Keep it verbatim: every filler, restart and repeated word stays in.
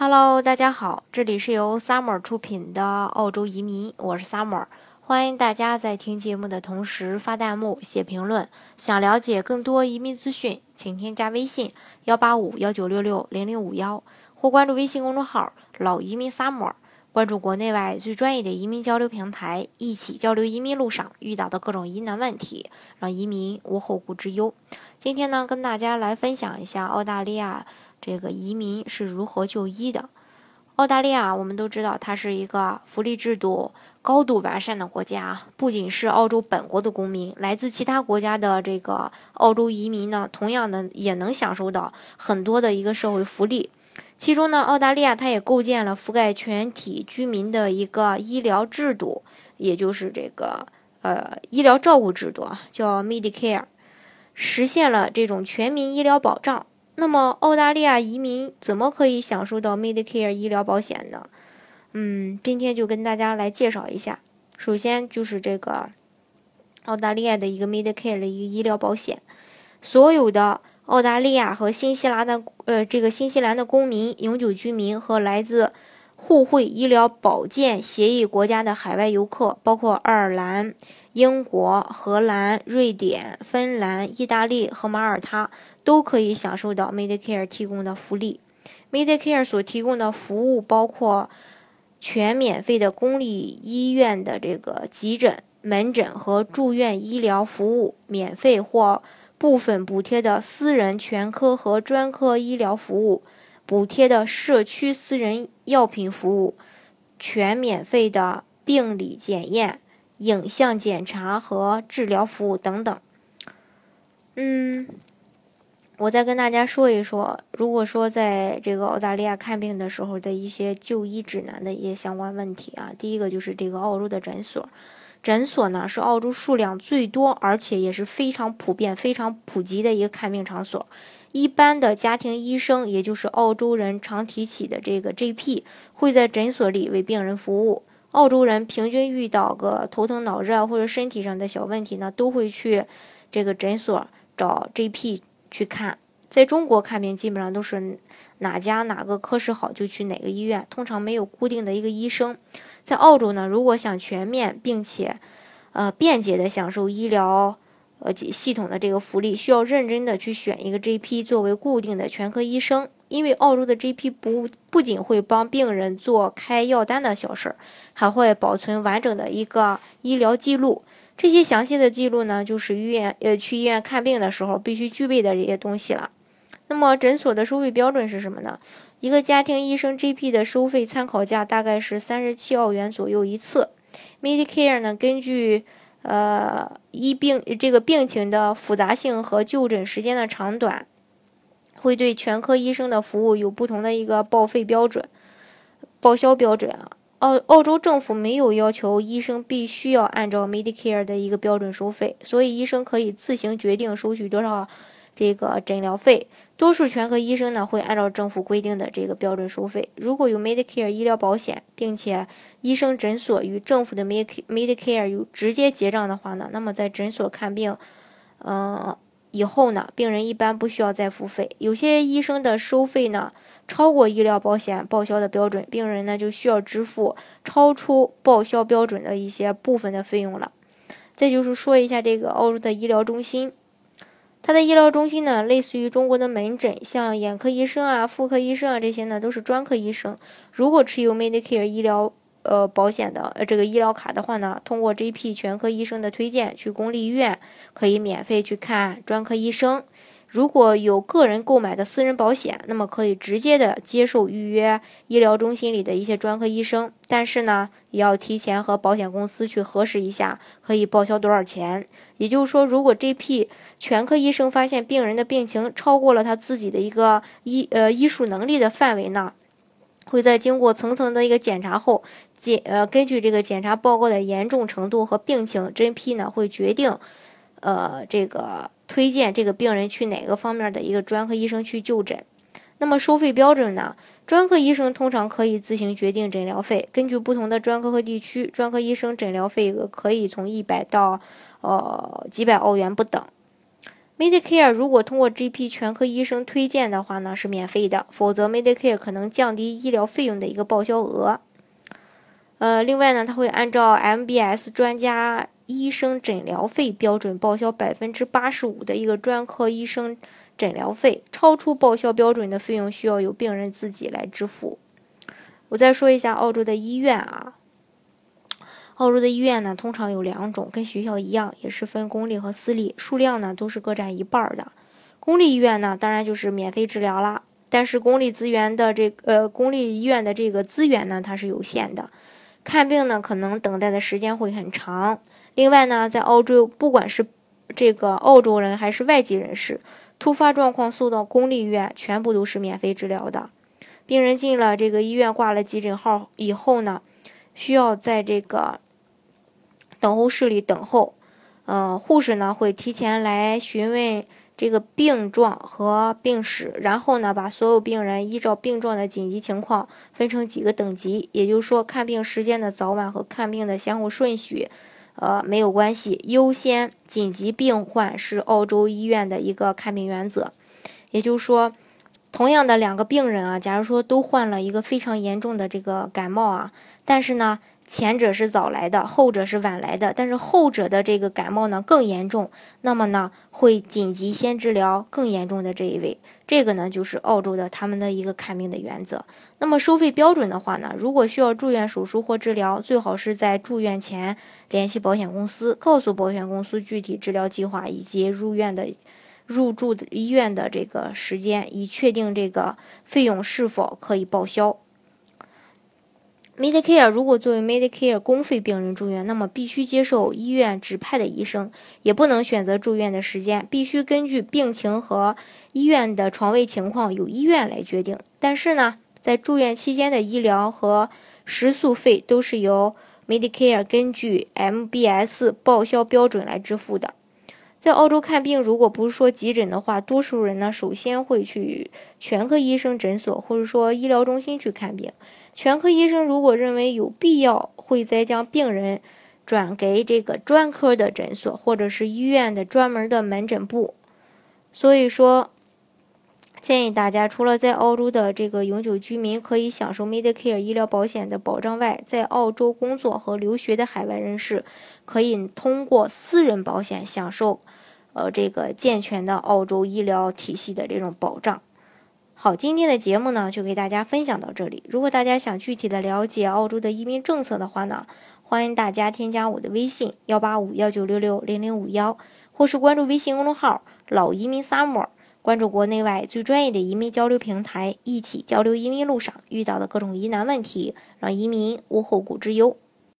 Hello，大家好，这里是由 Summer 出品的澳洲移民，我是 Summer，欢迎大家在听节目的同时发弹幕、写评论。想了解更多移民资讯，请添加微信幺八五幺九六六零零五幺，或关注微信公众号老移民 Summer， 关注国内外最专业的移民交流平台，一起交流移民路上遇到的各种疑难问题，让移民无后顾之忧。今天呢，跟大家来分享一下澳大利亚这个移民是如何就医的。澳大利亚我们都知道，它是一个福利制度高度完善的国家，不仅是澳洲本国的公民，来自其他国家的这个澳洲移民呢，同样的也能享受到很多的一个社会福利。其中呢，澳大利亚它也构建了覆盖全体居民的一个医疗制度，也就是这个呃医疗照顾制度，叫 Medicare， 实现了这种全民医疗保障。那么澳大利亚移民怎么可以享受到 Medicare 医疗保险呢？嗯，今天就跟大家来介绍一下。首先就是这个澳大利亚的一个 Medicare 的一个医疗保险，所有的澳大利亚和新西兰的呃这个新西兰的公民、永久居民和来自互惠医疗保健协议国家的海外游客，包括爱尔兰、英国、荷兰、瑞典、芬兰、意大利和马耳他，都可以享受到 Medicare 提供的福利。Medicare 所提供的服务包括全免费的公立医院的这个急诊、门诊和住院医疗服务，免费或部分补贴的私人全科和专科医疗服务，补贴的社区私人药品服务，全免费的病理检验、影像检查和治疗服务等等。嗯，我再跟大家说一说，如果说在这个澳大利亚看病的时候的一些就医指南的一些相关问题啊。第一个就是这个澳洲的诊所，诊所呢是澳洲数量最多，而且也是非常普遍、非常普及的一个看病场所。一般的家庭医生，也就是澳洲人常提起的这个 G P， 会在诊所里为病人服务。澳洲人平均遇到个头疼脑热或者身体上的小问题呢，都会去这个诊所找 G P 去看。在中国看病基本上都是哪家哪个科室好就去哪个医院，通常没有固定的一个医生。在澳洲呢，如果想全面并且呃便捷的享受医疗呃系统的这个福利，需要认真的去选一个 G P 作为固定的全科医生。因为澳洲的 G P 不不仅会帮病人做开药单的小事，还会保存完整的一个医疗记录。这些详细的记录呢，就是医院呃去医院看病的时候必须具备的这些东西了。那么诊所的收费标准是什么呢？一个家庭医生 G P 的收费参考价大概是三十七澳元左右一次。Medicare 呢，根据呃医病这个病情的复杂性和就诊时间的长短，会对全科医生的服务有不同的一个报费标准、报销标准啊。澳澳洲政府没有要求医生必须要按照 Medicare 的一个标准收费，所以医生可以自行决定收取多少这个诊疗费。多数全科医生呢会按照政府规定的这个标准收费。如果有 Medicare 医疗保险，并且医生诊所与政府的 Medicare 有直接结账的话呢，那么在诊所看病，呃以后呢，病人一般不需要再付费。有些医生的收费呢超过医疗保险报销的标准，病人呢就需要支付超出报销标准的一些部分的费用了。再就是说一下这个澳洲的医疗中心，它的医疗中心呢，类似于中国的门诊，像眼科医生啊、妇科医生啊这些呢，都是专科医生。如果持有 Medicare 医疗呃保险的呃这个医疗卡的话呢，通过 G P 全科医生的推荐，去公立医院可以免费去看专科医生。如果有个人购买的私人保险，那么可以直接的接受预约医疗中心里的一些专科医生，但是呢，也要提前和保险公司去核实一下，可以报销多少钱。也就是说，如果 G P 全科医生发现病人的病情超过了他自己的一个医呃医术能力的范围呢，会在经过层层的一个检查后，检呃根据这个检查报告的严重程度和病情 ，G P 呢会决定呃这个推荐这个病人去哪个方面的一个专科医生去就诊。那么收费标准呢？专科医生通常可以自行决定诊疗费，根据不同的专科和地区，专科医生诊疗费额可以从一百到呃几百澳元不等。 Medicare 如果通过 G P 全科医生推荐的话呢，是免费的，否则 Medicare 可能降低医疗费用的一个报销额。呃，另外呢，它会按照 M B S 专家医生诊疗费标准报销百分之八十五的一个专科医生诊疗费，超出报销标准的费用需要由病人自己来支付。我再说一下澳洲的医院啊，澳洲的医院呢通常有两种，跟学校一样，也是分公立和私立，数量呢都是各占一半的。公立医院呢当然就是免费治疗啦，但是公立资源的这呃公立医院的这个资源呢它是有限的。看病呢，可能等待的时间会很长。另外呢，在澳洲，不管是这个澳洲人还是外籍人士，突发状况送到公立医院，全部都是免费治疗的。病人进了这个医院，挂了急诊号以后呢，需要在这个等候室里等候。呃，护士呢会提前来询问这个病状和病史，然后呢，把所有病人依照病状的紧急情况分成几个等级，也就是说，看病时间的早晚和看病的先后顺序，呃，没有关系。优先紧急病患是澳洲医院的一个看病原则，也就是说，同样的两个病人啊，假如说都患了一个非常严重的这个感冒啊，但是呢，前者是早来的，后者是晚来的，但是后者的这个感冒呢更严重，那么呢会紧急先治疗更严重的这一位。这个呢就是澳洲的他们的一个看病的原则。那么收费标准的话呢，如果需要住院手术或治疗，最好是在住院前联系保险公司，告诉保险公司具体治疗计划以及入院的入住的医院的这个时间，以确定这个费用是否可以报销。Medicare 如果作为 Medicare 公费病人住院，那么必须接受医院指派的医生，也不能选择住院的时间，必须根据病情和医院的床位情况由医院来决定。但是呢，在住院期间的医疗和食宿费都是由 Medicare 根据 M B S 报销标准来支付的。在澳洲看病，如果不是说急诊的话，多数人呢首先会去全科医生诊所或者说医疗中心去看病。全科医生如果认为有必要，会再将病人转给这个专科的诊所或者是医院的专门的门诊部。所以说，建议大家除了在澳洲的这个永久居民可以享受 Medicare 医疗保险的保障外，在澳洲工作和留学的海外人士可以通过私人保险享受呃这个健全的澳洲医疗体系的这种保障。好，今天的节目呢就给大家分享到这里。如果大家想具体的了解澳洲的移民政策的话呢，欢迎大家添加我的微信幺八五幺九六六零零五幺，或是关注微信公众号老移民 Summer， 关注国内外最专业的移民交流平台，一起交流移民路上遇到的各种疑难问题，让移民无后顾之忧。